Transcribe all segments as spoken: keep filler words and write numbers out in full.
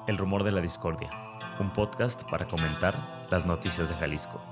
El rumor de la discordia, un podcast para comentar las noticias de Jalisco.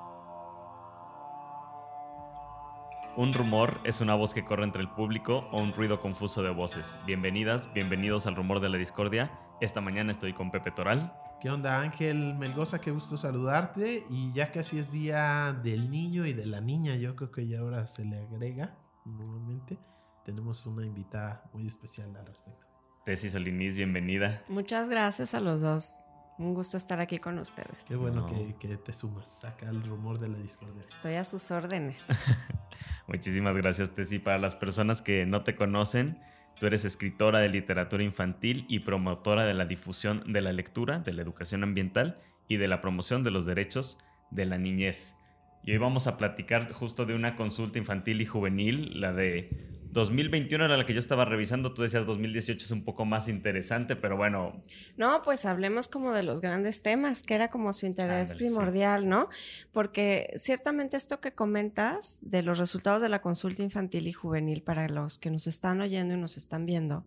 Un rumor es una voz que corre entre el público o un ruido confuso de voces. Bienvenidas, bienvenidos al rumor de la discordia. Esta mañana estoy con Pepe Toral. ¿Qué onda, Ángel Melgoza? Qué gusto saludarte. Y ya casi es día del niño y de la niña, yo creo que ya ahora se le agrega nuevamente. Tenemos una invitada muy especial al respecto. Tessy Solinis, bienvenida. Muchas gracias a los dos. Un gusto estar aquí con ustedes. Qué bueno No. que, que te sumas acá al rumor de la discordia. Estoy a sus órdenes. Muchísimas gracias, Tessy. Para las personas que no te conocen, tú eres escritora de literatura infantil y promotora de la difusión de la lectura, de la educación ambiental y de la promoción de los derechos de la niñez. Y hoy vamos a platicar justo de una consulta infantil y juvenil, la de dos mil veintiuno era la que yo estaba revisando. Tú decías dos mil dieciocho es un poco más interesante, pero bueno. No, pues hablemos como de los grandes temas, que era como su interés Ándale, primordial, sí. ¿No? Porque ciertamente esto que comentas de los resultados de la consulta infantil y juvenil, para los que nos están oyendo y nos están viendo,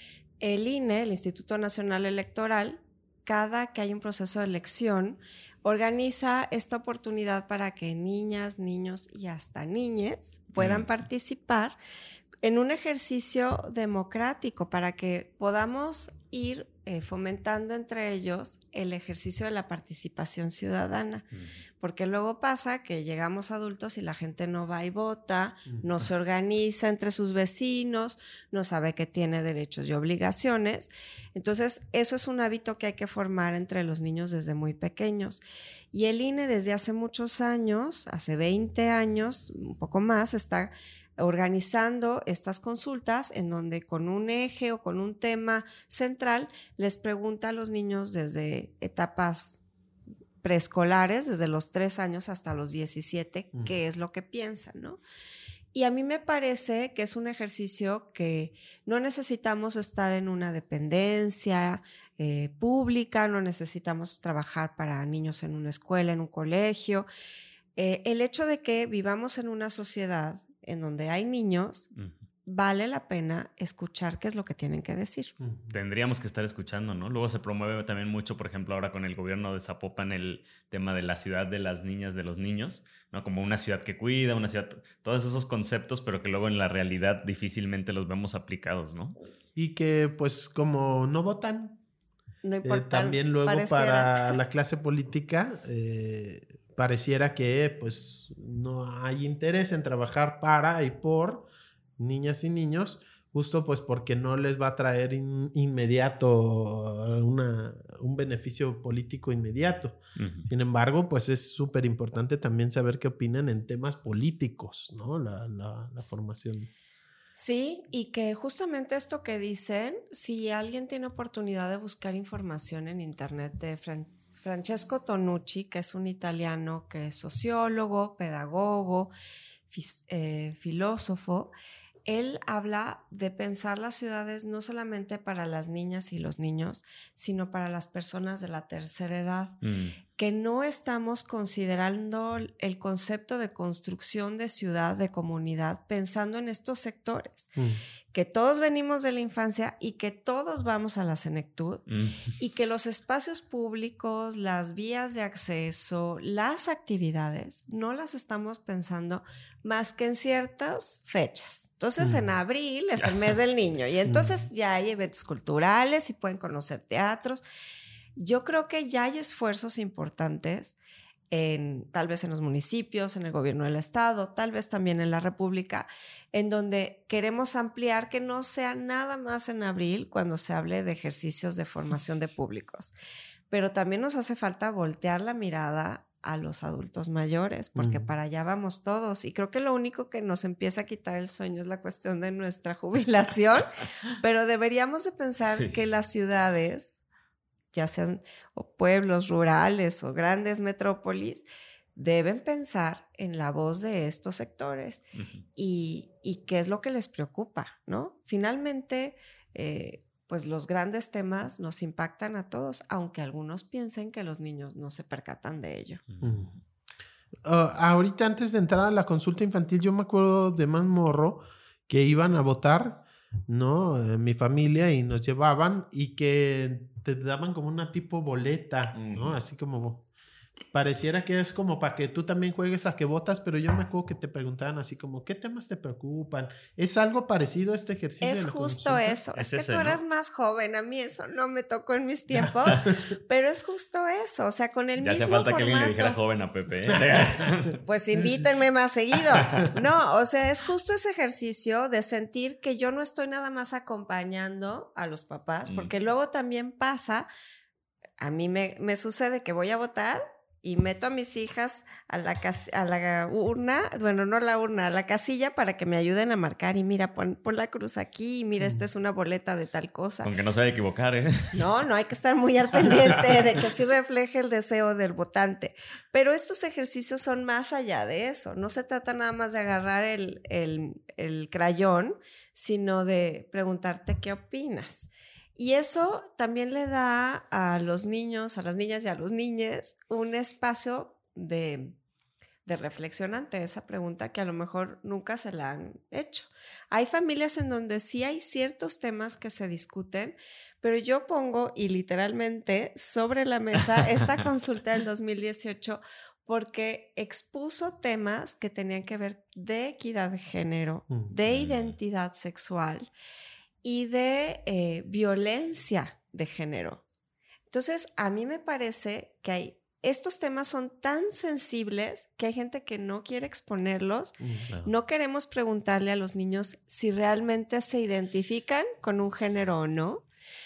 el I N E, el Instituto Nacional Electoral, cada que hay un proceso de elección, organiza esta oportunidad para que niñas, niños y hasta niñes puedan mm. participar en un ejercicio democrático para que podamos ir eh, fomentando entre ellos el ejercicio de la participación ciudadana. Mm. Porque luego pasa que llegamos adultos y la gente no va y vota, mm. no se organiza entre sus vecinos, no sabe que tiene derechos y obligaciones. Entonces, eso es un hábito que hay que formar entre los niños desde muy pequeños. Y el I N E desde hace muchos años, hace veinte años, un poco más, está organizando estas consultas en donde con un eje o con un tema central les pregunta a los niños desde etapas preescolares, desde los tres años hasta los diecisiete, uh-huh. qué es lo que piensan, ¿no? Y a mí me parece que es un ejercicio que no necesitamos estar en una dependencia eh, pública, no necesitamos trabajar para niños en una escuela, en un colegio. Eh, el hecho de que vivamos en una sociedad en donde hay niños, uh-huh. vale la pena escuchar qué es lo que tienen que decir. Uh-huh. Tendríamos que estar escuchando, ¿no? Luego se promueve también mucho, por ejemplo, ahora con el gobierno de Zapopan, el tema de la ciudad de las niñas, de los niños, ¿no? Como una ciudad que cuida, una ciudad, todos esos conceptos, pero que luego en la realidad difícilmente los vemos aplicados, ¿no? Y que pues como no votan, no importa, eh, también luego pareciera. Para la clase política eh, pareciera que pues no hay interés en trabajar para y por niñas y niños, justo pues porque no les va a traer in, inmediato una, un beneficio político inmediato. Uh-huh. Sin embargo, pues es súper importante también saber qué opinan en temas políticos, ¿no? La, la, la formación. Sí, y que justamente esto que dicen, si alguien tiene oportunidad de buscar información en internet de Fran- Francesco Tonucci, que es un italiano que es sociólogo, pedagogo, fis- eh, filósofo, él habla de pensar las ciudades no solamente para las niñas y los niños, sino para las personas de la tercera edad, mm. que no estamos considerando el concepto de construcción de ciudad, de comunidad, pensando en estos sectores, mm. que todos venimos de la infancia y que todos vamos a la senectud, mm. y que los espacios públicos, las vías de acceso, las actividades, no las estamos pensando más que en ciertas fechas. Entonces, mm. en abril es el mes del niño y entonces mm. ya hay eventos culturales y pueden conocer teatros. Yo creo que ya hay esfuerzos importantes en, tal vez en los municipios, en el gobierno del estado, tal vez también en la república, en donde queremos ampliar que no sea nada más en abril cuando se hable de ejercicios de formación de públicos. Pero también nos hace falta voltear la mirada a los adultos mayores, porque mm. para allá vamos todos. Y creo que lo único que nos empieza a quitar el sueño es la cuestión de nuestra jubilación, pero deberíamos de pensar sí. que las ciudades, ya sean o pueblos rurales o grandes metrópolis, deben pensar en la voz de estos sectores uh-huh. y, y qué es lo que les preocupa, ¿no? Finalmente, eh, pues los grandes temas nos impactan a todos, aunque algunos piensen que los niños no se percatan de ello. Uh-huh. Uh, ahorita antes de entrar a la consulta infantil, yo me acuerdo de más morro que iban a votar ¿no? En mi familia y nos llevaban y que te daban como una tipo boleta, ¿no? Uh-huh. Así como pareciera que es como para que tú también juegues a que votas, pero yo me acuerdo que te preguntaban así como, ¿qué temas te preocupan? ¿Es algo parecido a este ejercicio? Es justo eso, es, es que ese, tú eras ¿no? más joven, a mí eso no me tocó en mis tiempos, pero es justo eso, o sea, con el ya mismo hace falta formato. Que alguien le dijera joven a Pepe. ¿eh? Pues invítenme más seguido. No, o sea, es justo ese ejercicio de sentir que yo no estoy nada más acompañando a los papás, porque mm. luego también pasa, a mí me, me sucede que voy a votar y meto a mis hijas a la, cas- a la urna, bueno, no la urna, a la casilla para que me ayuden a marcar y mira, pon, pon la cruz aquí y mira, esta es una boleta de tal cosa. Aunque no se vaya a equivocar, ¿eh? No, no hay que estar muy al pendiente de que sí refleje el deseo del votante. Pero estos ejercicios son más allá de eso. No se trata nada más de agarrar el, el, el crayón, sino de preguntarte qué opinas. Y eso también le da a los niños, a las niñas y a los niñes un espacio de, de reflexión ante esa pregunta que a lo mejor nunca se la han hecho. Hay familias en donde sí hay ciertos temas que se discuten, pero yo pongo y literalmente sobre la mesa esta consulta del dos mil dieciocho porque expuso temas que tenían que ver de equidad de género, de identidad sexual y de eh, violencia de género. Entonces, a mí me parece que hay, estos temas son tan sensibles que hay gente que no quiere exponerlos. Claro. No queremos preguntarle a los niños si realmente se identifican con un género o no.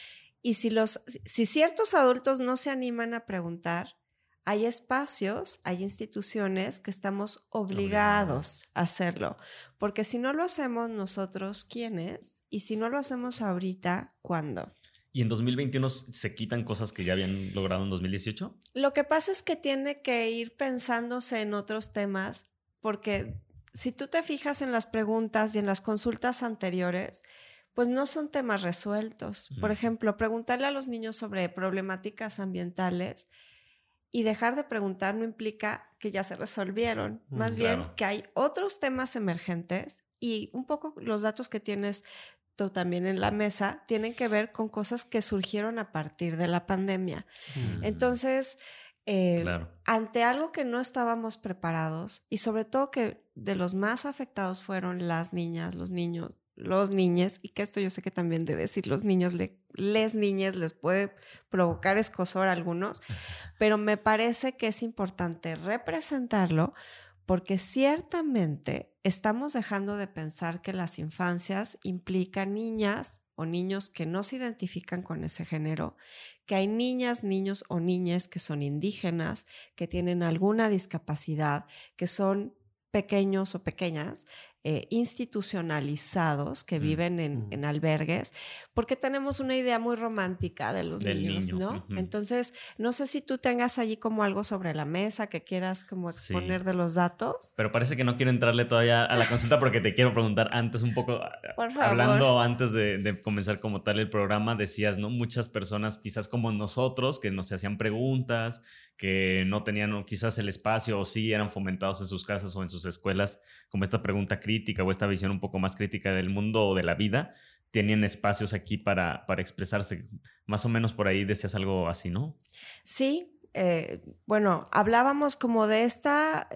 Y si, los, si ciertos adultos no se animan a preguntar, hay espacios, hay instituciones que estamos obligados a hacerlo, porque si no lo hacemos nosotros, ¿quiénes? Y si no lo hacemos ahorita, ¿cuándo? ¿Y en dos mil veintiuno se quitan cosas que ya habían logrado en dos mil dieciocho? Lo que pasa es que tiene que ir pensándose en otros temas, porque si tú te fijas en las preguntas y en las consultas anteriores, pues no son temas resueltos. Por ejemplo, preguntarle a los niños sobre problemáticas ambientales y dejar de preguntar no implica que ya se resolvieron, más claro. bien que hay otros temas emergentes y un poco los datos que tienes tú también en la mesa tienen que ver con cosas que surgieron a partir de la pandemia. Mm. Entonces, eh, claro. ante algo que no estábamos preparados y sobre todo que de los más afectados fueron las niñas, los niños, los niñes, y que esto yo sé que también de decir los niños, le, les niñas les puede provocar escozor a algunos, pero me parece que es importante representarlo porque ciertamente estamos dejando de pensar que las infancias implican niñas o niños que no se identifican con ese género, que hay niñas, niños o niñas que son indígenas, que tienen alguna discapacidad, que son pequeños o pequeñas, eh, institucionalizados, que mm. viven en, mm. en albergues, porque tenemos una idea muy romántica de los Del niños, niño. ¿no? Uh-huh. Entonces, no sé si tú tengas allí como algo sobre la mesa que quieras como exponer sí. de los datos. Pero parece que no quiero entrarle todavía a la consulta porque te quiero preguntar antes un poco, Por favor. hablando antes de, de comenzar como tal el programa, decías, ¿no? Muchas personas quizás como nosotros que nos hacían preguntas, que no tenían quizás el espacio o sí eran fomentados en sus casas o en sus escuelas, como esta pregunta crítica o esta visión un poco más crítica del mundo o de la vida, tenían espacios aquí para, para expresarse. Más o menos por ahí decías algo así, ¿no? Sí, eh, bueno, hablábamos como de esta,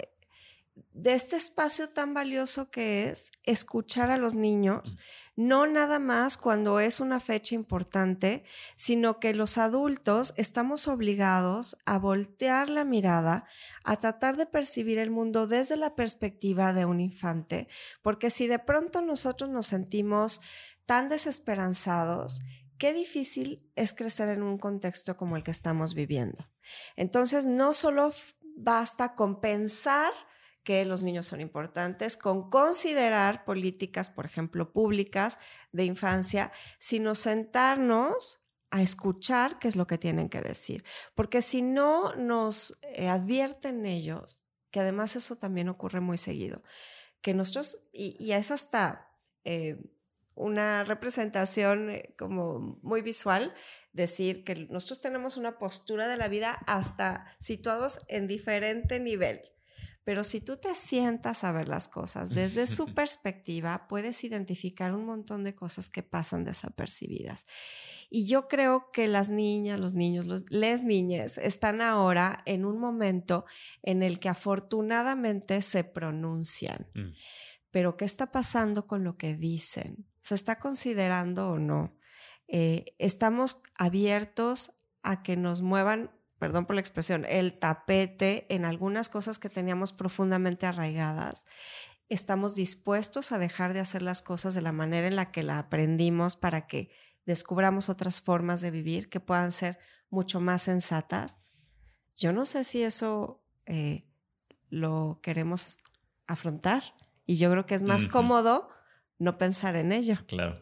de este espacio tan valioso que es escuchar a los niños, no nada más cuando es una fecha importante, sino que los adultos estamos obligados a voltear la mirada, a tratar de percibir el mundo desde la perspectiva de un infante, porque si de pronto nosotros nos sentimos tan desesperanzados, qué difícil es crecer en un contexto como el que estamos viviendo. Entonces, no solo basta con pensar que los niños son importantes, con considerar políticas, por ejemplo, públicas de infancia, sino sentarnos a escuchar qué es lo que tienen que decir. Porque si no nos eh, advierten ellos, que además eso también ocurre muy seguido, que nosotros, y, y es hasta eh, una representación eh, como muy visual, decir que nosotros tenemos una postura de la vida hasta situados en diferente nivel. Pero si tú te sientas a ver las cosas desde su perspectiva, puedes identificar un montón de cosas que pasan desapercibidas. Y yo creo que las niñas, los niños, los, les niñas están ahora en un momento en el que afortunadamente se pronuncian. Mm. Pero ¿qué está pasando con lo que dicen? ¿Se está considerando o no? Eh, ¿Estamos abiertos a que nos muevan, perdón por la expresión, el tapete en algunas cosas que teníamos profundamente arraigadas? ¿Estamos dispuestos a dejar de hacer las cosas de la manera en la que la aprendimos para que descubramos otras formas de vivir que puedan ser mucho más sensatas? Yo no sé si eso eh, lo queremos afrontar. Y yo creo que es más uh-huh. cómodo no pensar en ello. Claro.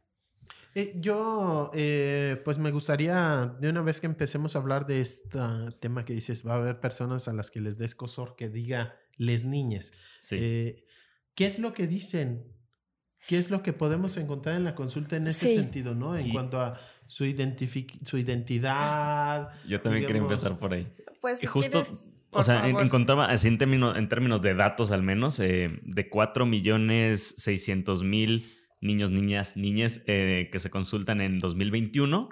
Eh, yo, eh, pues me gustaría, de una vez que empecemos a hablar de este tema que dices, va a haber personas a las que les des cosor que diga les niñes. Sí. Eh, ¿Qué es lo que dicen? ¿Qué es lo que podemos encontrar en la consulta en ese sí. sentido, ¿no? En y cuanto a su, identific- su identidad. Yo también digamos, quería empezar por ahí. Pues si justo, quieres, o sea, favor. encontraba así en términos, en términos de datos al menos, eh, de cuatro millones seiscientos mil niños, niñas, niñas eh, que se consultan en dos mil veintiuno,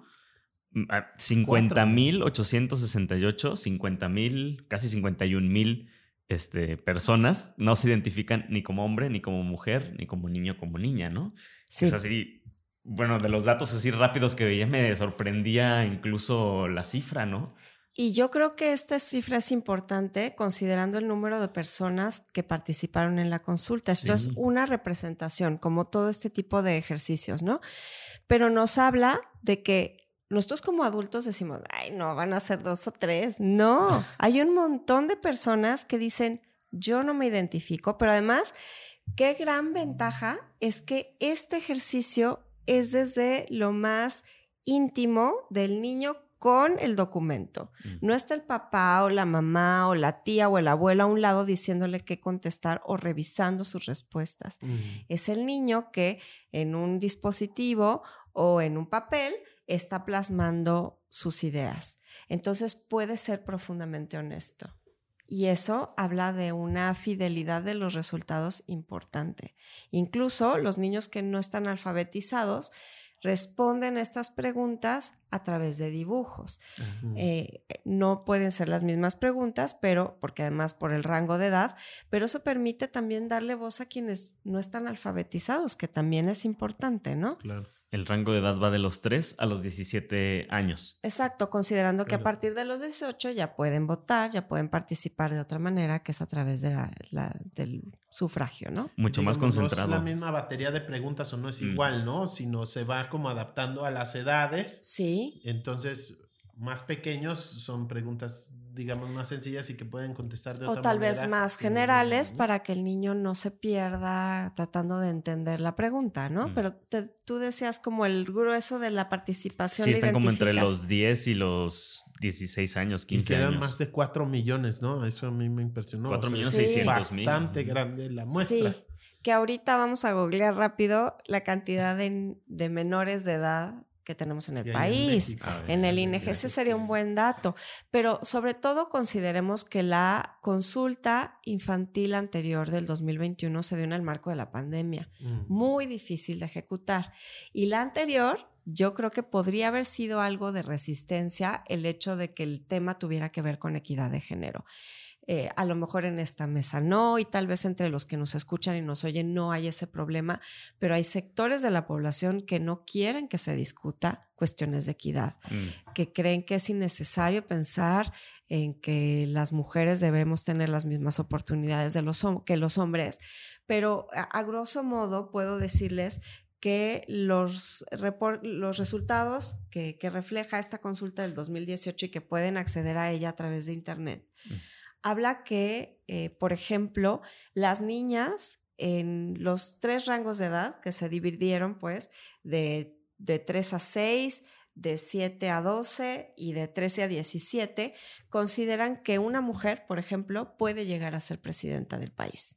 cincuenta mil ochocientos sesenta y ocho, cincuenta mil, casi cincuenta y un mil este, personas no se identifican ni como hombre, ni como mujer, ni como niño, como niña, ¿no? Sí. Es así, bueno, de los datos así rápidos que veía me sorprendía incluso la cifra, ¿no? Y yo creo que esta cifra es importante considerando el número de personas que participaron en la consulta. Esto sí. es una representación, como todo este tipo de ejercicios, ¿no? Pero nos habla de que nosotros como adultos decimos, ay, no, van a ser dos o tres. No, hay un montón de personas que dicen, yo no me identifico, pero además, qué gran ventaja es que este ejercicio es desde lo más íntimo del niño con el documento. Mm. No está el papá o la mamá o la tía o el abuelo a un lado diciéndole qué contestar o revisando sus respuestas. Mm. Es el niño que en un dispositivo o en un papel está plasmando sus ideas. Entonces puede ser profundamente honesto. Y eso habla de una fidelidad de los resultados importante. Incluso los niños que no están alfabetizados responden estas preguntas a través de dibujos. Uh-huh. Eh, no pueden ser las mismas preguntas, pero porque además por el rango de edad, pero eso permite también darle voz a quienes no están alfabetizados, que también es importante, ¿no? Claro. El rango de edad va de los tres a los diecisiete años. Exacto, considerando claro. que a partir de los dieciocho ya pueden votar, ya pueden participar de otra manera, que es a través de la, la, del sufragio, ¿no? Mucho Digamos, más concentrado. No es la misma batería de preguntas o no es igual, mm. ¿no? Sino se va como adaptando a las edades. Sí. Entonces, más pequeños son preguntas, digamos, más sencillas y que pueden contestar de otra manera. O tal vez más generales, ¿no? Para que el niño no se pierda tratando de entender la pregunta, ¿no? Mm. Pero te, tú decías como el grueso de la participación. Sí, están como entre los diez y los dieciséis años, quince y que eran años. más de cuatro millones, ¿no? Eso a mí me impresionó. cuatro millones seiscientos mil. Bastante grande la muestra. Sí, que ahorita vamos a googlear rápido la cantidad de, de menores de edad que tenemos en el país, en, en el I N E G I. Ese sería un buen dato, pero sobre todo consideremos que la consulta infantil anterior del dos mil veintiuno se dio en el marco de la pandemia, mm. muy difícil de ejecutar, y la anterior yo creo que podría haber sido algo de resistencia el hecho de que el tema tuviera que ver con equidad de género. Eh, a lo mejor en esta mesa no, y tal vez entre los que nos escuchan y nos oyen no hay ese problema, pero hay sectores de la población que no quieren que se discuta cuestiones de equidad, mm. que creen que es innecesario pensar en que las mujeres debemos tener las mismas oportunidades de los, que los hombres, pero a, a grosso modo puedo decirles que los, report, los resultados que, que refleja esta consulta del dos mil dieciocho y que pueden acceder a ella a través de internet, mm. habla que, eh, por ejemplo, las niñas en los tres rangos de edad que se dividieron, pues, de, de tres a seis, de siete a doce y de trece a diecisiete, consideran que una mujer, por ejemplo, puede llegar a ser presidenta del país.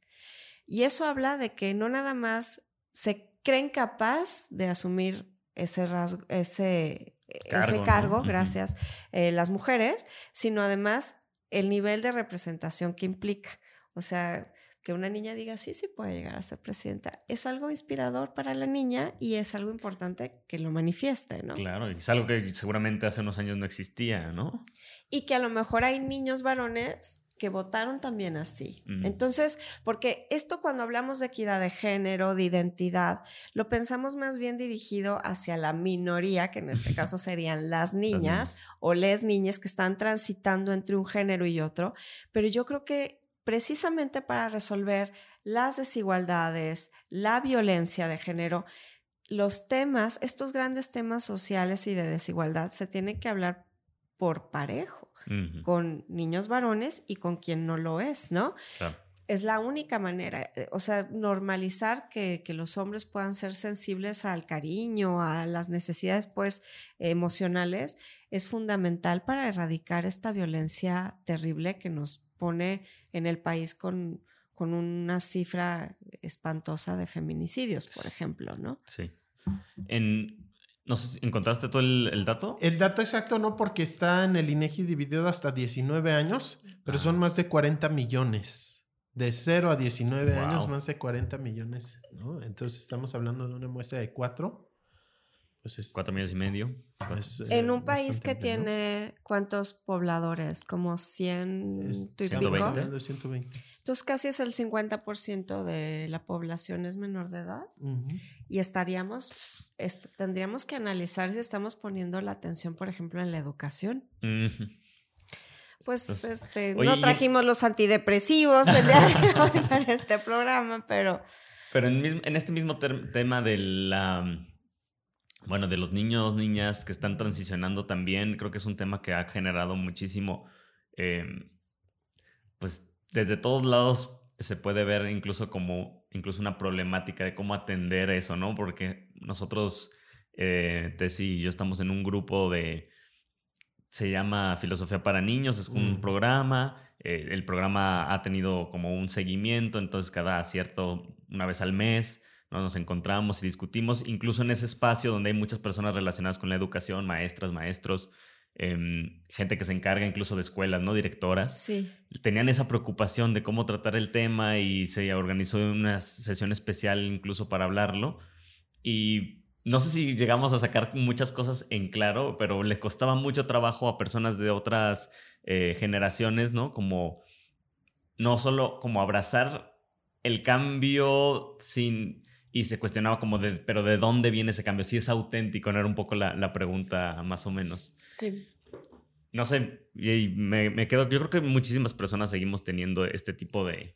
Y eso habla de que no nada más se creen capaz de asumir ese rasgo, ese cargo, ese cargo ¿no? gracias, uh-huh. eh, las mujeres, sino además el nivel de representación que implica. O sea, que una niña diga, sí, sí puede llegar a ser presidenta. Es algo inspirador para la niña y es algo importante que lo manifieste, ¿no? Claro, y es algo que seguramente hace unos años no existía, ¿no? Y que a lo mejor hay niños varones que votaron también así. Mm. Entonces, porque esto cuando hablamos de equidad de género, de identidad, lo pensamos más bien dirigido hacia la minoría, que en este caso serían las niñas, las niñas. O les niñas que están transitando entre un género y otro, pero yo creo que precisamente para resolver las desigualdades, la violencia de género, los temas, estos grandes temas sociales y de desigualdad se tienen que hablar por parejo, uh-huh. con niños varones y con quien no lo es, ¿no? Claro. Es la única manera, o sea, normalizar que, que los hombres puedan ser sensibles al cariño, a las necesidades, pues, emocionales, es fundamental para erradicar esta violencia terrible que nos pone en el país con, con una cifra espantosa de feminicidios, por ejemplo, ¿no? Sí. En, no sé, ¿encontraste tú el, el dato? El dato exacto no, porque está en el INEGI dividido hasta diecinueve años, pero ah. son más de cuarenta millones. De cero a diecinueve wow. años, más de cuarenta millones, ¿no? Entonces estamos hablando de una muestra de cuatro. Pues es, cuatro millones y medio. Pues, en eh, un país que tiene, ¿cuántos pobladores? Como cien es, y ciento veinte. pico. ciento veinte. Entonces casi es el cincuenta por ciento de la población es menor de edad. Uh-huh. Y estaríamos, est- tendríamos que analizar si estamos poniendo la atención, por ejemplo, en la educación. Uh-huh. Pues, pues este, oye, no trajimos yo... los antidepresivos el día de hoy para este programa, pero... Pero en, mismo, en este mismo ter- tema de la... Bueno, de los niños, niñas que están transicionando también, creo que es un tema que ha generado muchísimo... Eh, pues desde todos lados se puede ver incluso como incluso una problemática de cómo atender eso, ¿no? Porque nosotros, eh, Tessy y yo estamos en un grupo de... Se llama Filosofía para Niños, es un mm. programa, eh, el programa ha tenido como un seguimiento, entonces cada cierto, una vez al mes, ¿no? Nos encontramos y discutimos, incluso en ese espacio donde hay muchas personas relacionadas con la educación, maestras, maestros, eh, gente que se encarga incluso de escuelas, ¿no? Directoras. Sí. Tenían esa preocupación de cómo tratar el tema y se organizó una sesión especial incluso para hablarlo y... No sé si llegamos a sacar muchas cosas en claro, pero les costaba mucho trabajo a personas de otras eh, generaciones, ¿no? Como no solo como abrazar el cambio sin... Y se cuestionaba como de, pero ¿de dónde viene ese cambio? Si es auténtico, no era un poco la, la pregunta más o menos. Sí. No sé, y me, me quedo... Yo creo que muchísimas personas seguimos teniendo este tipo de...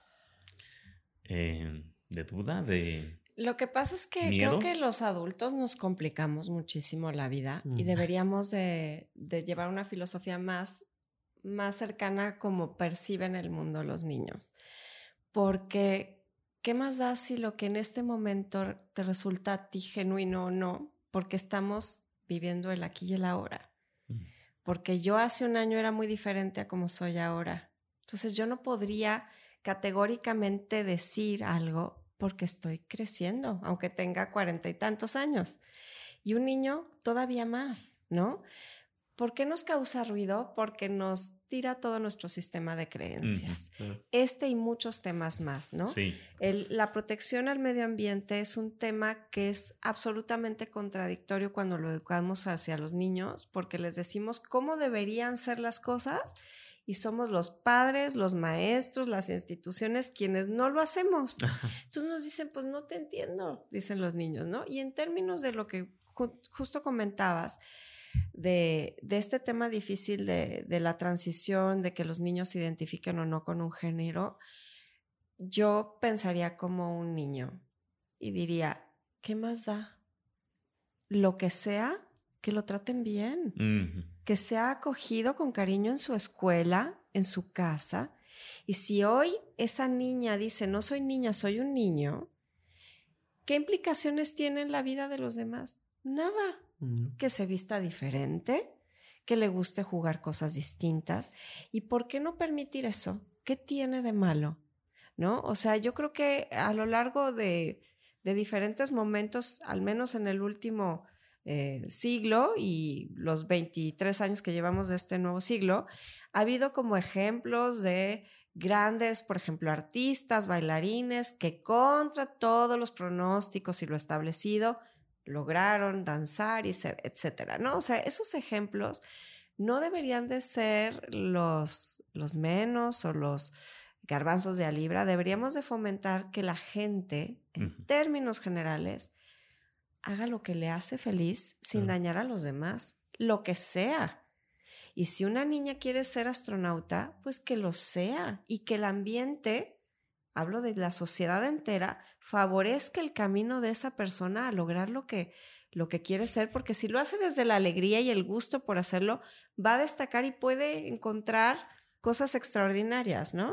Eh, de duda, de... Lo que pasa es que ¿Miedo? Creo que los adultos nos complicamos muchísimo la vida mm. y deberíamos de, de llevar una filosofía más, más cercana a cómo perciben el mundo los niños. Porque, ¿qué más da si lo que en este momento te resulta a ti genuino o no? Porque estamos viviendo el aquí y el ahora. Mm. Porque yo hace un año era muy diferente a como soy ahora. Entonces yo no podría categóricamente decir algo porque estoy creciendo, aunque tenga cuarenta y tantos años. Y un niño todavía más, ¿no? ¿Por qué nos causa ruido? Porque nos tira todo nuestro sistema de creencias. Mm, uh. Este y muchos temas más, ¿no? Sí. El, la protección al medio ambiente es un tema que es absolutamente contradictorio cuando lo educamos hacia los niños, porque les decimos cómo deberían ser las cosas y somos los padres, los maestros, las instituciones quienes no lo hacemos. Entonces nos dicen, pues no te entiendo, dicen los niños, ¿no? Y en términos de lo que ju- justo comentabas, de, de este tema difícil de, de la transición, de que los niños se identifiquen o no con un género, yo pensaría como un niño y diría, ¿qué más da? Lo que sea, que lo traten bien. Mm-hmm. Que sea acogido con cariño en su escuela, en su casa. Y si hoy esa niña dice, no soy niña, soy un niño, ¿qué implicaciones tiene en la vida de los demás? Nada. Mm. Que se vista diferente, que le guste jugar cosas distintas. ¿Y por qué no permitir eso? ¿Qué tiene de malo? ¿No? O sea, yo creo que a lo largo de, de diferentes momentos, al menos en el último Eh, siglo y los veintitrés años que llevamos de este nuevo siglo, ha habido como ejemplos de grandes, por ejemplo, artistas, bailarines, que contra todos los pronósticos y lo establecido, lograron danzar y ser, etcétera, ¿no? O sea, esos ejemplos no deberían de ser los, los menos o los garbanzos de a libra. Deberíamos de fomentar que la gente, en uh-huh. términos generales, haga lo que le hace feliz sin uh-huh. dañar a los demás, lo que sea. Y si una niña quiere ser astronauta, pues que lo sea y que el ambiente, hablo de la sociedad entera, favorezca el camino de esa persona a lograr lo que, lo que quiere ser, porque si lo hace desde la alegría y el gusto por hacerlo, va a destacar y puede encontrar cosas extraordinarias, ¿no?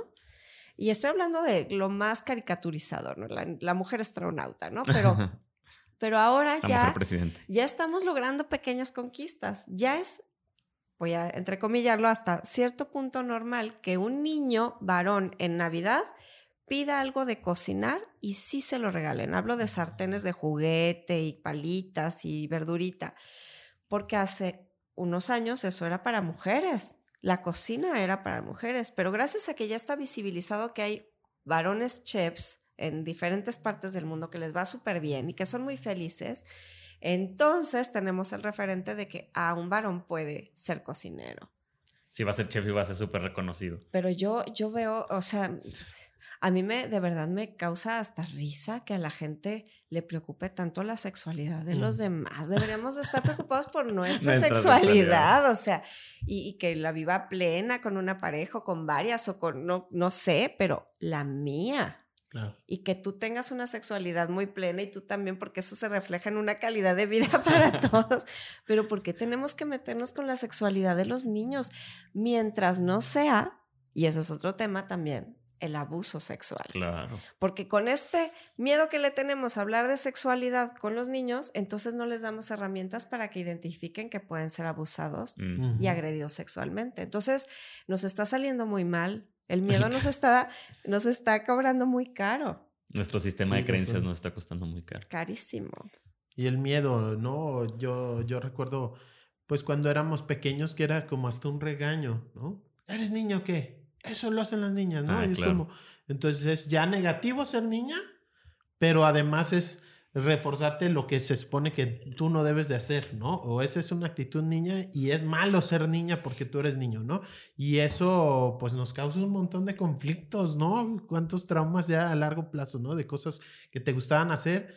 Y estoy hablando de lo más caricaturizado, ¿no? La, la mujer astronauta, ¿no? Pero, pero ahora ya, ya estamos logrando pequeñas conquistas. Ya es, voy a entrecomillarlo, hasta cierto punto normal que un niño varón en Navidad pida algo de cocinar y sí se lo regalen. Hablo de sartenes de juguete y palitas y verdurita, porque hace unos años eso era para mujeres. La cocina era para mujeres, pero gracias a que ya está visibilizado que hay varones chefs en diferentes partes del mundo que les va súper bien y que son muy felices, entonces tenemos el referente de que ah, un varón puede ser cocinero. Sí, va a ser chef y va a ser súper reconocido. Pero yo, yo veo, o sea, a mí me, de verdad me causa hasta risa que a la gente le preocupe tanto la sexualidad de mm. los demás. Deberíamos estar preocupados por nuestra, nuestra sexualidad, sexualidad, o sea, y, y que la viva plena con una pareja o con varias o con, no, no sé, pero la mía. Claro. Y que tú tengas una sexualidad muy plena y tú también, porque eso se refleja en una calidad de vida para todos. Pero ¿por qué tenemos que meternos con la sexualidad de los niños? Mientras no sea, y eso es otro tema también, el abuso sexual. Claro. Porque con este miedo que le tenemos a hablar de sexualidad con los niños, entonces no les damos herramientas para que identifiquen que pueden ser abusados uh-huh. y agredidos sexualmente. Entonces nos está saliendo muy mal. El miedo nos está, nos está cobrando muy caro. Nuestro sistema sí, de creencias nos está costando muy caro. Carísimo. Y el miedo, ¿no? Yo, yo recuerdo, pues cuando éramos pequeños, que era como hasta un regaño, ¿no? ¿Eres niño o qué? Eso lo hacen las niñas, ¿no? Ah, y es claro. como, entonces es ya negativo ser niña, pero además es reforzarte lo que se supone que tú no debes de hacer, ¿no? O esa es una actitud niña y es malo ser niña porque tú eres niño, ¿no? Y eso pues nos causa un montón de conflictos, ¿no? Cuántos traumas ya a largo plazo, ¿no? De cosas que te gustaban hacer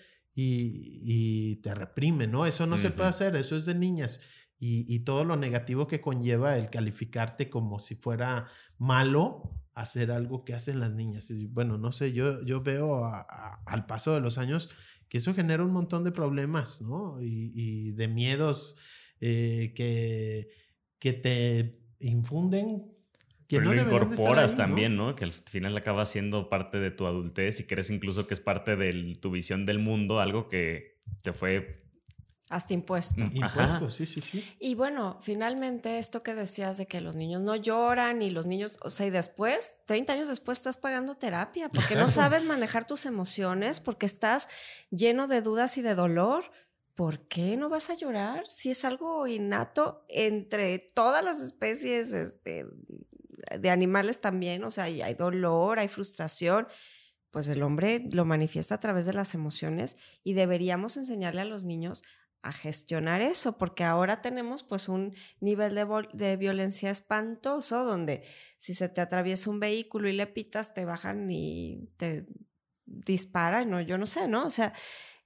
y, y te reprimen, ¿no? Eso no uh-huh. se puede hacer, eso es de niñas. Y, y todo lo negativo que conlleva el calificarte como si fuera malo hacer algo que hacen las niñas. Y bueno, no sé, yo, yo veo a, a, al paso de los años que eso genera un montón de problemas, ¿no? Y, y de miedos eh, que, que te infunden. Que Pero no lo incorporas ahí, también, ¿no? ¿no? Que al final acaba siendo parte de tu adultez y crees incluso que es parte de tu visión del mundo, algo que te fue... Hasta impuesto. Impuesto, sí, sí, sí. Y bueno, finalmente esto que decías de que los niños no lloran y los niños, o sea, y después, treinta años después estás pagando terapia porque no sabes manejar tus emociones, porque estás lleno de dudas y de dolor. ¿Por qué no vas a llorar? Si es algo innato entre todas las especies este, de animales también, o sea, hay, hay dolor, hay frustración. Pues el hombre lo manifiesta a través de las emociones y deberíamos enseñarle a los niños a gestionar eso, porque ahora tenemos pues un nivel de, de violencia espantoso donde si se te atraviesa un vehículo y le pitas, te bajan y te disparan, no, yo no sé, ¿no? O sea,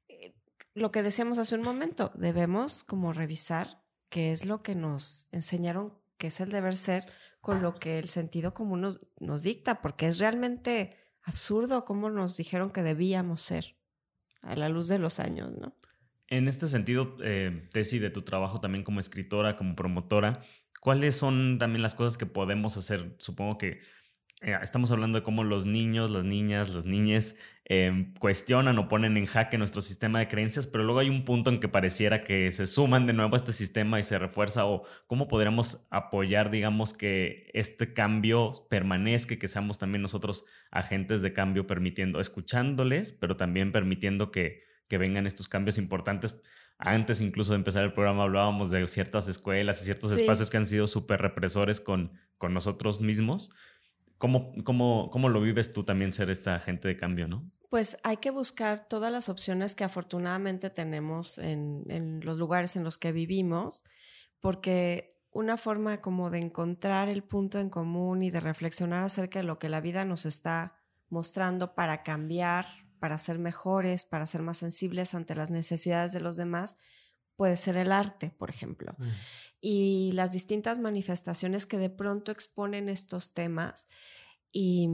lo que decíamos hace un momento, debemos como revisar qué es lo que nos enseñaron que es el deber ser con lo que el sentido común nos, nos dicta, porque es realmente absurdo cómo nos dijeron que debíamos ser a la luz de los años, ¿no? En este sentido, eh, Tessy, de tu trabajo también como escritora, como promotora, ¿cuáles son también las cosas que podemos hacer? Supongo que eh, estamos hablando de cómo los niños, las niñas, las niñas eh, cuestionan o ponen en jaque nuestro sistema de creencias, pero luego hay un punto en que pareciera que se suman de nuevo a este sistema y se refuerza, o cómo podríamos apoyar, digamos, que este cambio permanezca, que seamos también nosotros agentes de cambio, permitiendo, escuchándoles, pero también permitiendo que que vengan estos cambios importantes. Antes incluso de empezar el programa hablábamos de ciertas escuelas y ciertos sí. espacios que han sido súper represores con, con nosotros mismos. ¿Cómo, cómo, cómo lo vives tú también ser esta agente de cambio, no? Pues hay que buscar todas las opciones que afortunadamente tenemos en, en los lugares en los que vivimos, porque una forma como de encontrar el punto en común y de reflexionar acerca de lo que la vida nos está mostrando para cambiar, para ser mejores, para ser más sensibles ante las necesidades de los demás, puede ser el arte, por ejemplo. Mm. Y las distintas manifestaciones que de pronto exponen estos temas y,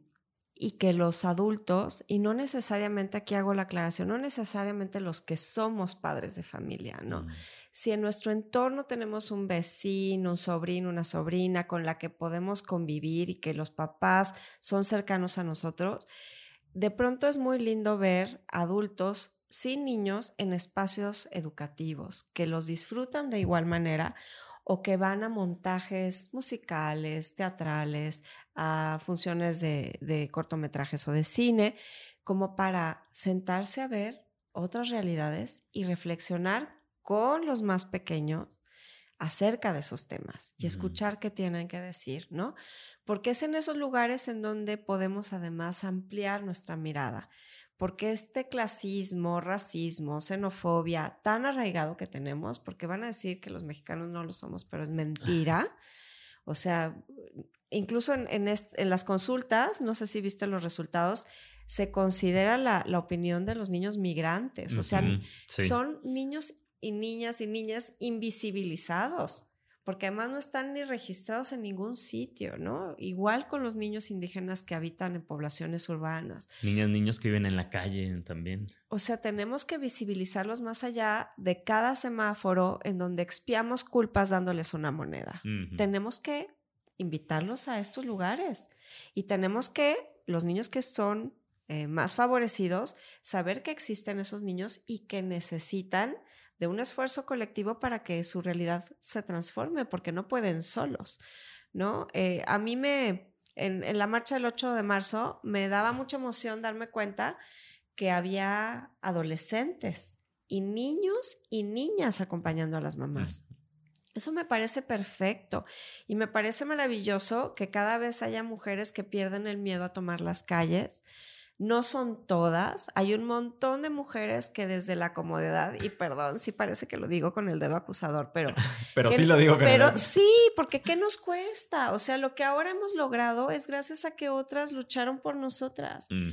y que los adultos, y no necesariamente, aquí hago la aclaración, no necesariamente los que somos padres de familia, ¿no? Mm. Si en nuestro entorno tenemos un vecino, un sobrino, una sobrina con la que podemos convivir y que los papás son cercanos a nosotros, de pronto es muy lindo ver adultos sin niños en espacios educativos que los disfrutan de igual manera o que van a montajes musicales, teatrales, a funciones de, de cortometrajes o de cine, como para sentarse a ver otras realidades y reflexionar con los más pequeños acerca de esos temas y escuchar mm. qué tienen que decir, ¿no? Porque es en esos lugares en donde podemos además ampliar nuestra mirada, porque este clasismo, racismo, xenofobia tan arraigado que tenemos, porque van a decir que los mexicanos no lo somos, pero es mentira. O sea, incluso en, en, est- en las consultas, no sé si viste los resultados, se considera la, la opinión de los niños migrantes. O sea, uh-huh. sí. son niños y niñas y niñas invisibilizados, porque además no están ni registrados en ningún sitio, ¿no? Igual con los niños indígenas que habitan en poblaciones urbanas. Niñas, niños que viven en la calle también. O sea, tenemos que visibilizarlos más allá de cada semáforo en donde expiamos culpas dándoles una moneda. Uh-huh. Tenemos que invitarlos a estos lugares y tenemos que, los niños que son eh, más favorecidos, saber que existen esos niños y que necesitan de un esfuerzo colectivo para que su realidad se transforme, porque no pueden solos, ¿no? Eh, a mí me, en, en la marcha del ocho de marzo, me daba mucha emoción darme cuenta que había adolescentes y niños y niñas acompañando a las mamás. Eso me parece perfecto y me parece maravilloso que cada vez haya mujeres que pierden el miedo a tomar las calles. No son todas, hay un montón de mujeres que desde la comodidad, y perdón, sí parece que lo digo con el dedo acusador, pero... pero que, sí lo digo con pero el dedo. Sí, porque ¿qué nos cuesta? O sea, lo que ahora hemos logrado es gracias a que otras lucharon por nosotras. Mm.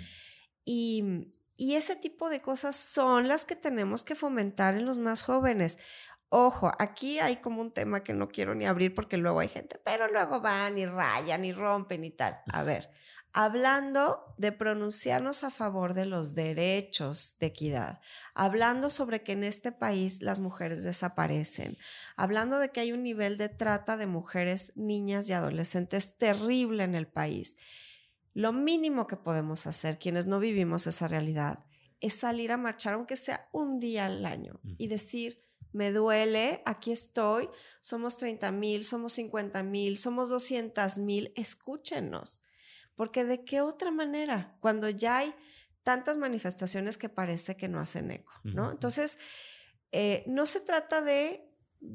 Y, y ese tipo de cosas son las que tenemos que fomentar en los más jóvenes. Ojo, aquí hay como un tema que no quiero ni abrir porque luego hay gente, pero luego van y rayan y rompen y tal. A ver... Hablando de pronunciarnos a favor de los derechos de equidad, hablando sobre que en este país las mujeres desaparecen, hablando de que hay un nivel de trata de mujeres, niñas y adolescentes terrible en el país. Lo mínimo que podemos hacer, quienes no vivimos esa realidad, es salir a marchar, aunque sea un día al año, y decir, me duele, aquí estoy, somos treinta mil, somos cincuenta mil, somos doscientos mil, escúchenos. Porque ¿de qué otra manera? Cuando ya hay tantas manifestaciones que parece que no hacen eco, ¿no? Uh-huh. Entonces, eh, no se trata de,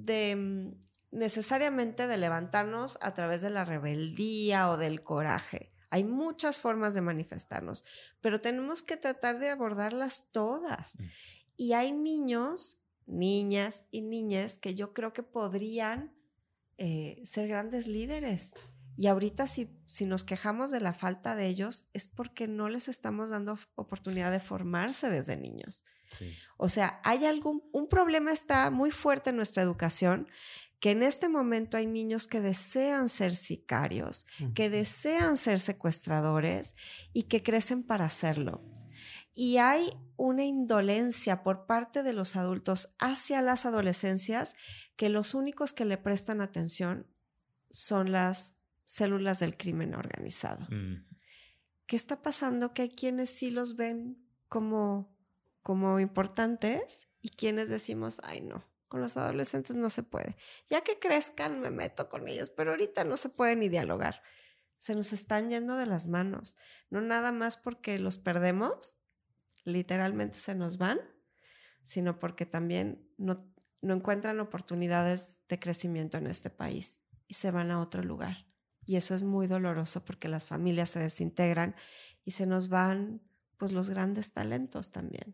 de necesariamente de levantarnos a través de la rebeldía o del coraje. Hay muchas formas de manifestarnos, pero tenemos que tratar de abordarlas todas. Uh-huh. Y hay niños, niñas y niñas que yo creo que podrían eh, ser grandes líderes. Y ahorita si, si nos quejamos de la falta de ellos es porque no les estamos dando oportunidad de formarse desde niños. Sí. O sea, hay algún, un problema está muy fuerte en nuestra educación, que en este momento hay niños que desean ser sicarios, uh-huh. que desean ser secuestradores y que crecen para hacerlo. Y hay una indolencia por parte de los adultos hacia las adolescencias que los únicos que le prestan atención son las células del crimen organizado. Mm. ¿Qué está pasando? Que hay quienes sí los ven como, como importantes y quienes decimos, ay no, con los adolescentes no se puede. Ya que crezcan me meto con ellos, pero ahorita no se puede ni dialogar. Se nos están yendo de las manos. No nada más porque los perdemos, literalmente se nos van, sino porque también no, no encuentran oportunidades de crecimiento en este país y se van a otro lugar. Y eso es muy doloroso porque las familias se desintegran y se nos van pues los grandes talentos también.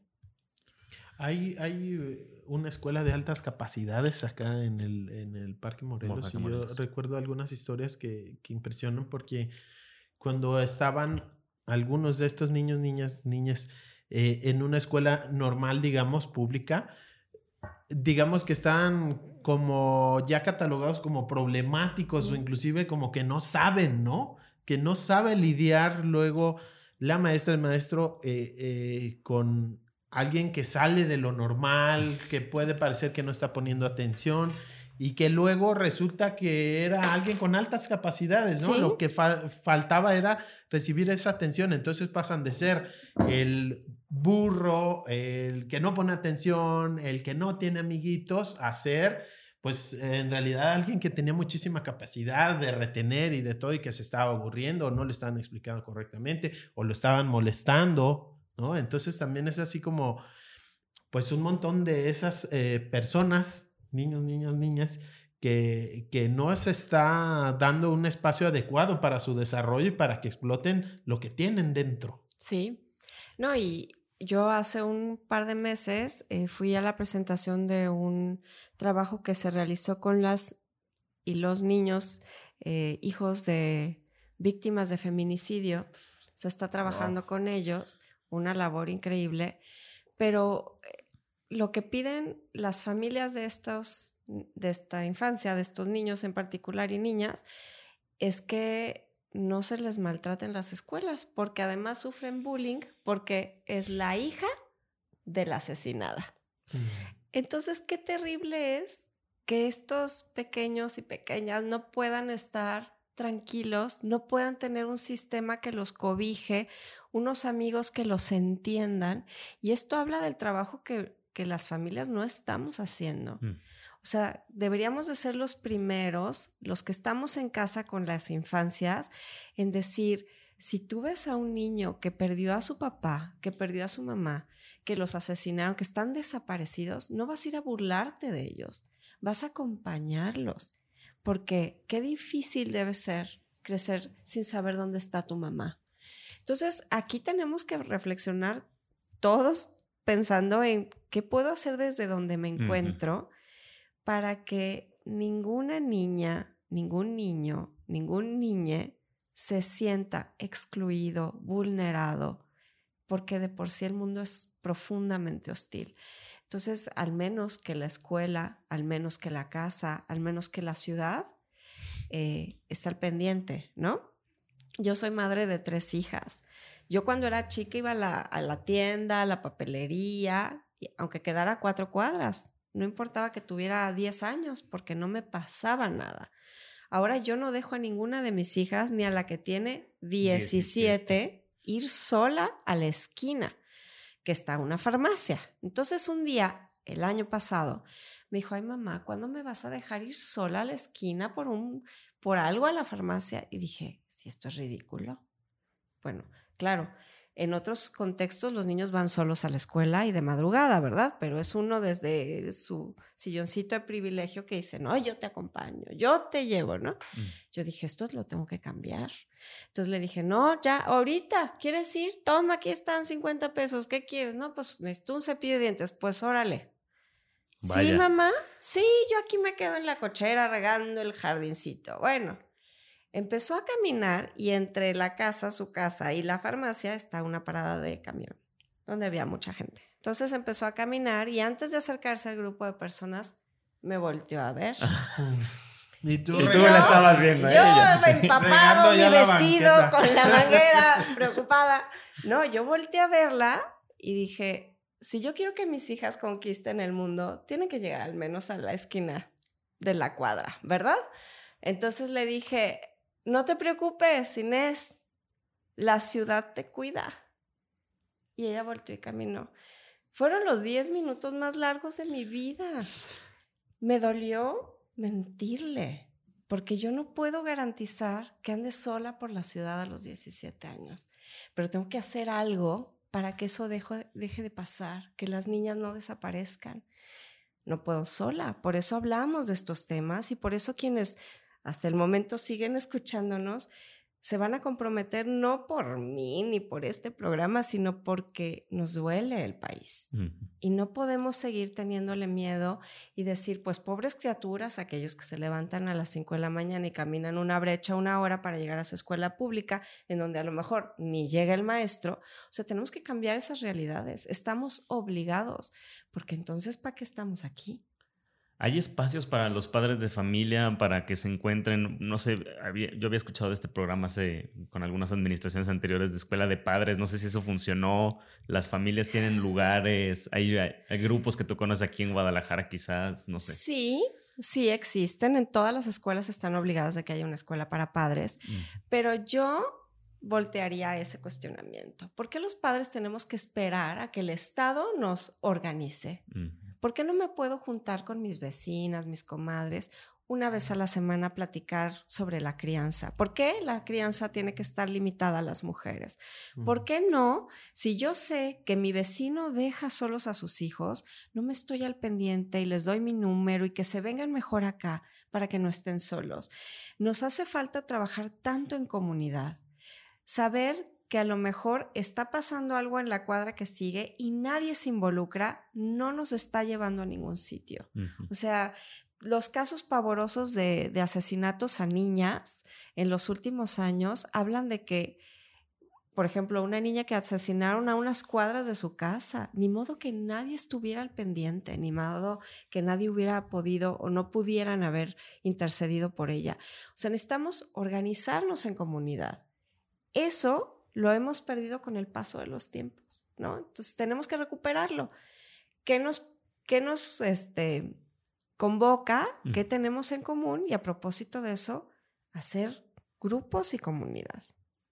Hay, hay una escuela de altas capacidades acá en el, en el Parque Morelos, Parque y Morelos. yo recuerdo algunas historias que, que impresionan, porque cuando estaban algunos de estos niños, niñas, niñas eh, en una escuela normal, digamos, pública, digamos que están como ya catalogados como problemáticos, mm. o inclusive como que no saben, ¿no? Que no sabe lidiar luego la maestra, el maestro eh, eh, con alguien que sale de lo normal, que puede parecer que no está poniendo atención y que luego resulta que era alguien con altas capacidades, ¿no? ¿Sí? Lo que fa- faltaba era recibir esa atención. Entonces pasan de ser el burro, el que no pone atención, el que no tiene amiguitos, a ser, pues, en realidad alguien que tenía muchísima capacidad de retener y de todo, y que se estaba aburriendo, o no le estaban explicando correctamente, o lo estaban molestando, ¿no? Entonces también es así como, pues, un montón de esas eh, personas, niños, niñas, niñas, que, que no se está dando un espacio adecuado para su desarrollo y para que exploten lo que tienen dentro. Sí, no, y yo hace un par de meses eh, fui a la presentación de un trabajo que se realizó con las y los niños eh, hijos de víctimas de feminicidio. Se está trabajando wow. con ellos, una labor increíble, pero lo que piden las familias de, estos, de esta infancia, de estos niños en particular y niñas, es que no se les maltrate en las escuelas, porque además sufren bullying porque es la hija de la asesinada. Mm. Entonces, qué terrible es que estos pequeños y pequeñas no puedan estar tranquilos, no puedan tener un sistema que los cobije, unos amigos que los entiendan. Y esto habla del trabajo que, que las familias no estamos haciendo. Mm. O sea, deberíamos de ser los primeros, los que estamos en casa con las infancias, en decir, si tú ves a un niño que perdió a su papá, que perdió a su mamá, que los asesinaron, que están desaparecidos, no vas a ir a burlarte de ellos, vas a acompañarlos, porque qué difícil debe ser crecer sin saber dónde está tu mamá. Entonces, aquí tenemos que reflexionar todos pensando en qué puedo hacer desde donde me encuentro, uh-huh. para que ninguna niña, ningún niño, ningún niñe se sienta excluido, vulnerado, porque de por sí el mundo es profundamente hostil. Entonces, al menos que la escuela, al menos que la casa, al menos que la ciudad, eh, está al pendiente, ¿no? Yo soy madre de tres hijas. Yo cuando era chica iba a la, a la tienda, a la papelería, aunque quedara a cuatro cuadras. No importaba que tuviera diez años porque no me pasaba nada. Ahora yo no dejo a ninguna de mis hijas, ni a la que tiene diecisiete, ir sola a la esquina, que está una farmacia. Entonces un día, el año pasado, me dijo, ay mamá, ¿cuándo me vas a dejar ir sola a la esquina por, un, por algo a la farmacia? Y dije, si esto es ridículo. Bueno, claro. En otros contextos los niños van solos a la escuela y de madrugada, ¿verdad? Pero es uno desde su silloncito de privilegio que dice, no, yo te acompaño, yo te llevo, ¿no? Mm. Yo dije, esto lo tengo que cambiar. Entonces le dije, no, ya, ahorita, ¿quieres ir? Toma, aquí están cincuenta pesos, ¿qué quieres? No, pues necesito un cepillo de dientes, pues órale. Vaya. ¿Sí, mamá? Sí, yo aquí me quedo en la cochera regando el jardincito. Bueno. Empezó a caminar y entre la casa, su casa y la farmacia está una parada de camión donde había mucha gente. Entonces empezó a caminar y antes de acercarse al grupo de personas me volteó a ver. Y tú, y tú la estabas viendo. Yo ¿eh? empapado, mi vestido con la manguera, preocupada. No, yo volteé a verla y dije, si yo quiero que mis hijas conquisten el mundo, tienen que llegar al menos a la esquina de la cuadra, ¿verdad? Entonces le dije, no te preocupes, Inés, la ciudad te cuida. Y ella volteó y caminó. Fueron los diez minutos más largos de mi vida. Me dolió mentirle, porque yo no puedo garantizar que ande sola por la ciudad a los diecisiete años, pero tengo que hacer algo para que eso deje, deje de pasar, que las niñas no desaparezcan. No puedo sola, por eso hablamos de estos temas y por eso quienes hasta el momento siguen escuchándonos, se van a comprometer no por mí ni por este programa, sino porque nos duele el país. Uh-huh. Y no podemos seguir teniéndole miedo y decir, pues pobres criaturas, aquellos que se levantan a las cinco de la mañana y caminan una brecha una hora para llegar a su escuela pública, en donde a lo mejor ni llega el maestro. O sea, tenemos que cambiar esas realidades. Estamos obligados, porque entonces, ¿para qué estamos aquí? ¿Hay espacios para los padres de familia para que se encuentren? No sé, había, yo había escuchado de este programa hace, con algunas administraciones anteriores de escuela de padres. No sé si eso funcionó. Las familias tienen lugares. Hay, hay, hay grupos que tú conoces aquí en Guadalajara quizás, no sé. Sí, sí existen. En todas las escuelas están obligadas de que haya una escuela para padres. Mm. Pero yo voltearía ese cuestionamiento. ¿Por qué los padres tenemos que esperar a que el Estado nos organice? Mm. ¿Por qué no me puedo juntar con mis vecinas, mis comadres, una vez a la semana a platicar sobre la crianza? ¿Por qué la crianza tiene que estar limitada a las mujeres? ¿Por qué no? Si yo sé que mi vecino deja solos a sus hijos, no me estoy al pendiente y les doy mi número y que se vengan mejor acá para que no estén solos. Nos hace falta trabajar tanto en comunidad, saber que a lo mejor está pasando algo en la cuadra que sigue y nadie se involucra, no nos está llevando a ningún sitio. Uh-huh. O sea, los casos pavorosos de, de asesinatos a niñas en los últimos años hablan de que, por ejemplo, una niña que asesinaron a unas cuadras de su casa, ni modo que nadie estuviera al pendiente, ni modo que nadie hubiera podido o no pudieran haber intercedido por ella. O sea, necesitamos organizarnos en comunidad. Eso lo hemos perdido con el paso de los tiempos, ¿no? Entonces tenemos que recuperarlo. ¿Qué nos, qué nos este, convoca? Mm. ¿Qué tenemos en común? Y a propósito de eso, hacer grupos y comunidad.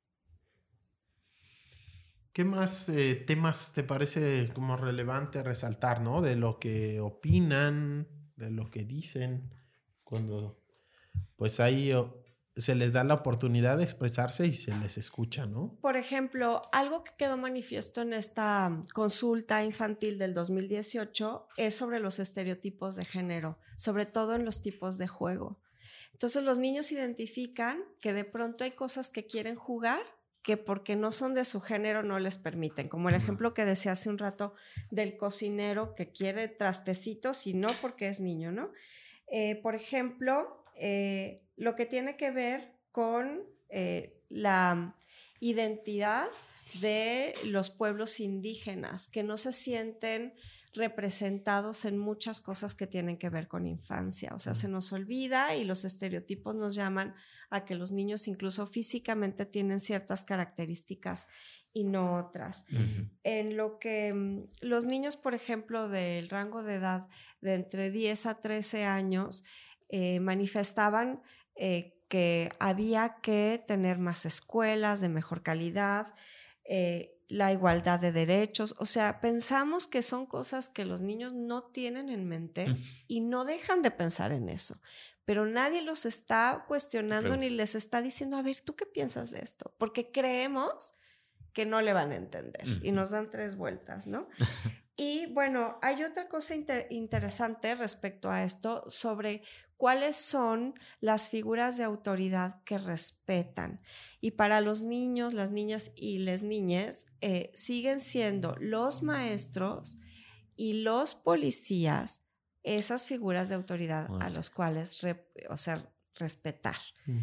¿Qué más eh, temas te parece como relevante resaltar, ¿no? De lo que opinan, de lo que dicen, cuando pues hay... se les da la oportunidad de expresarse y se les escucha, ¿no? Por ejemplo, algo que quedó manifiesto en esta consulta infantil del dos mil dieciocho es sobre los estereotipos de género, sobre todo en los tipos de juego. Entonces, los niños identifican que de pronto hay cosas que quieren jugar que porque no son de su género no les permiten, como el ejemplo que decía hace un rato del cocinero que quiere trastecitos y no porque es niño, ¿no? Eh, por ejemplo... Eh, lo que tiene que ver con eh, la identidad de los pueblos indígenas, que no se sienten representados en muchas cosas que tienen que ver con infancia. O sea, se nos olvida y los estereotipos nos llaman a que los niños incluso físicamente tienen ciertas características y no otras. Uh-huh. En lo que um, los niños, por ejemplo, del rango de edad de entre diez a trece años, Eh, manifestaban eh, que había que tener más escuelas de mejor calidad, eh, la igualdad de derechos. O sea, pensamos que son cosas que los niños no tienen en mente mm. y no dejan de pensar en eso. Pero nadie los está cuestionando Pero... ni les está diciendo, a ver, ¿tú qué piensas de esto? Porque creemos que no le van a entender mm. y nos dan tres vueltas, ¿no? Y bueno, hay otra cosa inter- interesante respecto a esto sobre cuáles son las figuras de autoridad que respetan. Y para los niños, las niñas y las niñas eh, siguen siendo los maestros y los policías esas figuras de autoridad bueno. a los cuales re- o sea, respetar. Mm.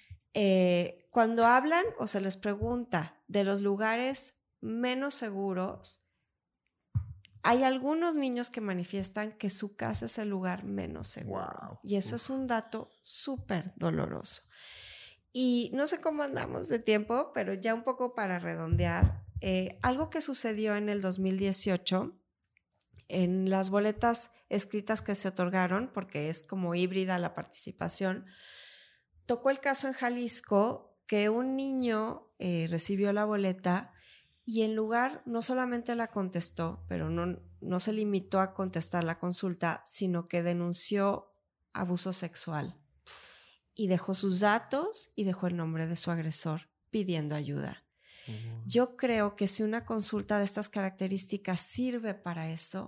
Eh, cuando hablan o se les pregunta de los lugares menos seguros, hay algunos niños que manifiestan que su casa es el lugar menos seguro. Wow. Y eso Uf. es un dato súper doloroso. Y no sé cómo andamos de tiempo, pero ya un poco para redondear, eh, algo que sucedió en el dos mil dieciocho, en las boletas escritas que se otorgaron, porque es como híbrida la participación, tocó el caso en Jalisco que un niño eh, recibió la boleta y en lugar, no solamente la contestó, pero no, no se limitó a contestar la consulta, sino que denunció abuso sexual y dejó sus datos y dejó el nombre de su agresor pidiendo ayuda. Uh-huh. Yo creo que si una consulta de estas características sirve para eso,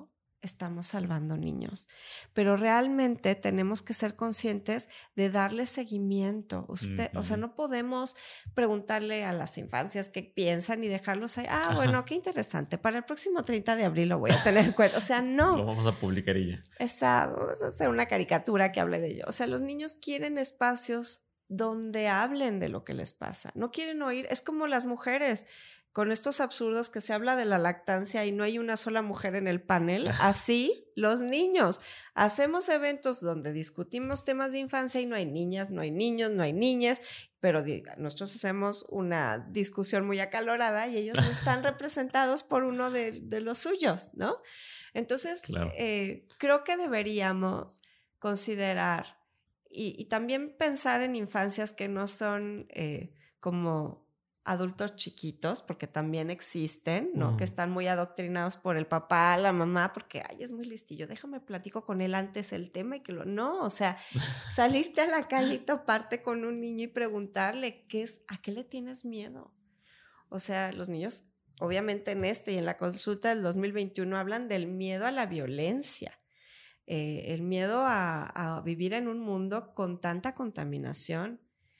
estamos salvando niños. Pero realmente tenemos que ser conscientes de darle seguimiento. Usted, uh-huh. O sea, no podemos preguntarle a las infancias qué piensan y dejarlos ahí. Ah, bueno, Ajá. qué interesante. Para el próximo treinta de abril lo voy a tener en cuenta. O sea, no. Lo vamos a publicar y ya. Esa, vamos a hacer una caricatura que hable de ello. O sea, los niños quieren espacios donde hablen de lo que les pasa. No quieren oír. Es como las mujeres. Con estos absurdos que se habla de la lactancia y no hay una sola mujer en el panel, así los niños. Hacemos eventos donde discutimos temas de infancia y no hay niñas, no hay niños, no hay niñas, pero nosotros hacemos una discusión muy acalorada y ellos no están representados por uno de, de los suyos, ¿no? Entonces, claro. eh, creo que deberíamos considerar y, y también pensar en infancias que no son eh, como... adultos chiquitos, porque también existen, ¿no? Mm. Que están muy adoctrinados por el papá, la mamá, porque, ay, es muy listillo, déjame platico con él antes el tema y que lo... No, o sea, salirte a la calle y toparte con un niño y preguntarle, ¿qué es, ¿a qué le tienes miedo? O sea, los niños, obviamente en este y en la consulta del dos mil veintiuno hablan del miedo a la violencia, eh, el miedo a, a vivir en un mundo con tanta contaminación.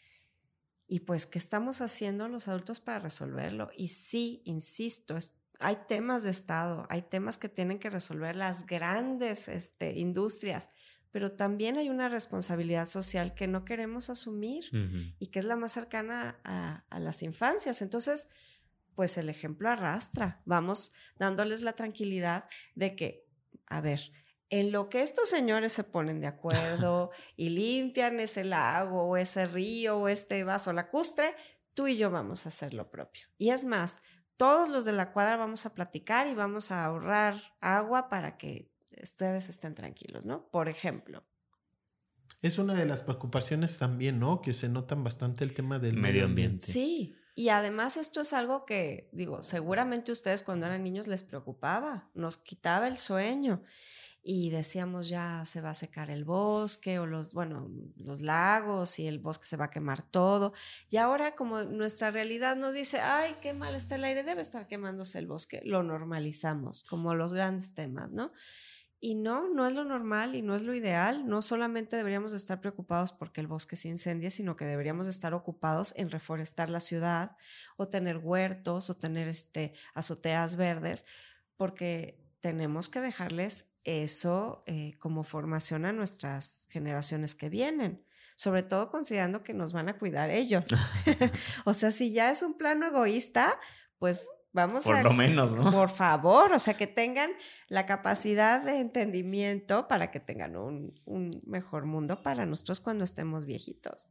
Y pues, ¿qué estamos haciendo los adultos para resolverlo? Y sí, insisto, es, hay temas de Estado, hay temas que tienen que resolver las grandes este, industrias, pero también hay una responsabilidad social que no queremos asumir uh-huh. y que es la más cercana a, a las infancias. Entonces, pues el ejemplo arrastra. Vamos dándoles la tranquilidad de que, a ver, en lo que estos señores se ponen de acuerdo y limpian ese lago o ese río o este vaso lacustre, tú y yo vamos a hacer lo propio. Y es más, todos los de la cuadra vamos a platicar y vamos a ahorrar agua para que ustedes estén tranquilos, ¿no? Por ejemplo. Es una de las preocupaciones también, ¿no? Que se notan bastante el tema del medio ambiente. Sí, y además esto es algo que, digo, seguramente ustedes cuando eran niños les preocupaba, nos quitaba el sueño. Y decíamos ya se va a secar el bosque o los, bueno, los lagos y el bosque se va a quemar todo. Y ahora como nuestra realidad nos dice, ay, qué mal está el aire, debe estar quemándose el bosque. Lo normalizamos como los grandes temas, ¿no? Y no, no es lo normal y no es lo ideal. No solamente deberíamos estar preocupados porque el bosque se incendie, sino que deberíamos estar ocupados en reforestar la ciudad o tener huertos o tener este, azoteas verdes, porque tenemos que dejarles eso eh, como formación a nuestras generaciones que vienen, sobre todo considerando que nos van a cuidar ellos. O sea, si ya es un plano egoísta, pues vamos por a... Por lo menos, ¿no? Por favor, o sea, que tengan la capacidad de entendimiento para que tengan un, un mejor mundo para nosotros cuando estemos viejitos.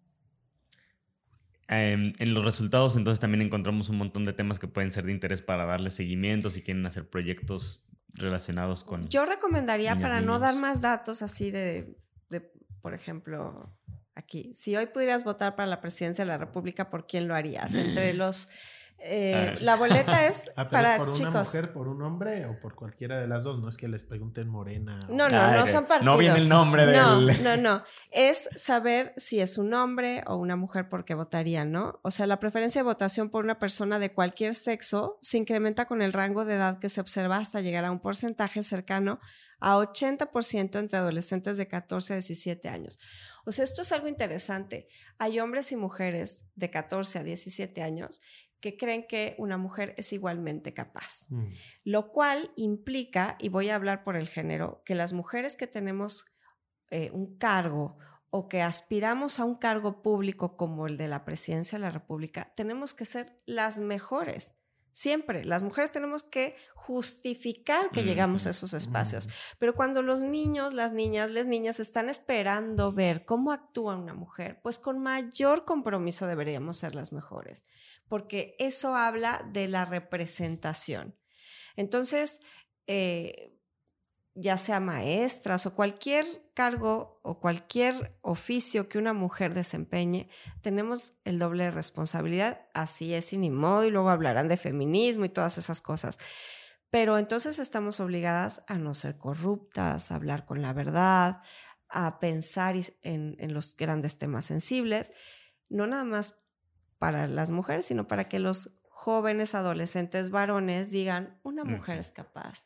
Eh, en los resultados, entonces, también encontramos un montón de temas que pueden ser de interés para darle seguimiento si quieren hacer proyectos relacionados con... Yo recomendaría, niños, para niños. no dar más datos así de, de, por ejemplo, aquí, si hoy pudieras votar para la presidencia de la República, ¿por quién lo harías? Entre los... Eh, la boleta es ah, para ¿por chicos. una mujer, por un hombre o por cualquiera de las dos? No es que les pregunten Morena. O... No, no, Ay, no son partidos. No viene el nombre del... No, no, no. Es saber si es un hombre o una mujer por qué votarían, ¿no? O sea, la preferencia de votación por una persona de cualquier sexo se incrementa con el rango de edad que se observa hasta llegar a un porcentaje cercano a ochenta por ciento entre adolescentes de catorce a diecisiete años. O sea, esto es algo interesante. Hay hombres y mujeres de catorce a diecisiete años que creen que una mujer es igualmente capaz, mm. lo cual implica, y voy a hablar por el género, que las mujeres que tenemos eh, un cargo o que aspiramos a un cargo público como el de la presidencia de la República, tenemos que ser las mejores. Siempre, las mujeres tenemos que justificar que mm-hmm. llegamos a esos espacios. Mm-hmm. Pero cuando los niños, las niñas, las niñas están esperando ver cómo actúa una mujer, pues con mayor compromiso deberíamos ser las mejores, porque eso habla de la representación. Entonces, eh, ya sea maestras o cualquier cargo o cualquier oficio que una mujer desempeñe, tenemos el doble de responsabilidad, así es y ni modo, y luego hablarán de feminismo y todas esas cosas. Pero entonces estamos obligadas a no ser corruptas, a hablar con la verdad, a pensar en, en los grandes temas sensibles, no nada más para las mujeres, sino para que los jóvenes adolescentes varones digan, una mujer uh-huh. es capaz.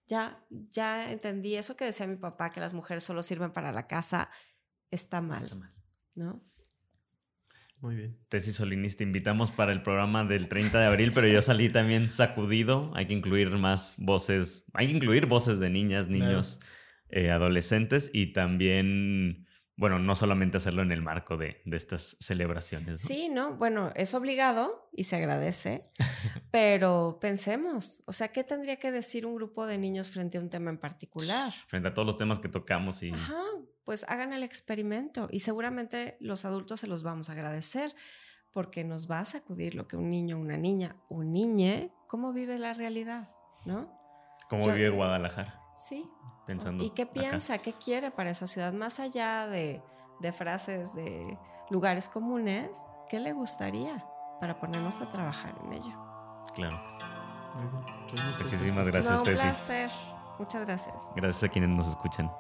Ya, ya entendí eso que decía mi papá, que las mujeres solo sirven para la casa, está mal, Está mal. ¿no? Muy bien. Tessy Solinis, te invitamos para el programa del treinta de abril, pero yo salí también sacudido. Hay que incluir más voces, hay que incluir voces de niñas, niños, claro. eh, adolescentes y también, bueno, no solamente hacerlo en el marco de, de estas celebraciones, ¿no? Sí, ¿no? Bueno, es obligado y se agradece, pero pensemos, o sea, ¿qué tendría que decir un grupo de niños frente a un tema en particular? Frente a todos los temas que tocamos y... Ajá, pues hagan el experimento y seguramente los adultos se los vamos a agradecer porque nos va a sacudir lo que un niño, una niña, un niñe, cómo vive la realidad, ¿no? Cómo Yo, vive Guadalajara. Sí. Pensando ¿Y qué piensa? Acá. ¿Qué quiere para esa ciudad? Más allá de, de frases, de lugares comunes, ¿qué le gustaría para ponernos a trabajar en ello? Claro que sí. Muy bien. Pues muchas Muchísimas gracias, no, un Tessy. placer. Muchas gracias. Gracias a quienes nos escuchan.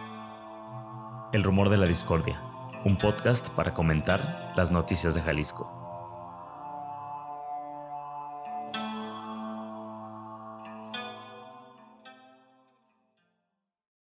El rumor de la discordia, un podcast para comentar las noticias de Jalisco.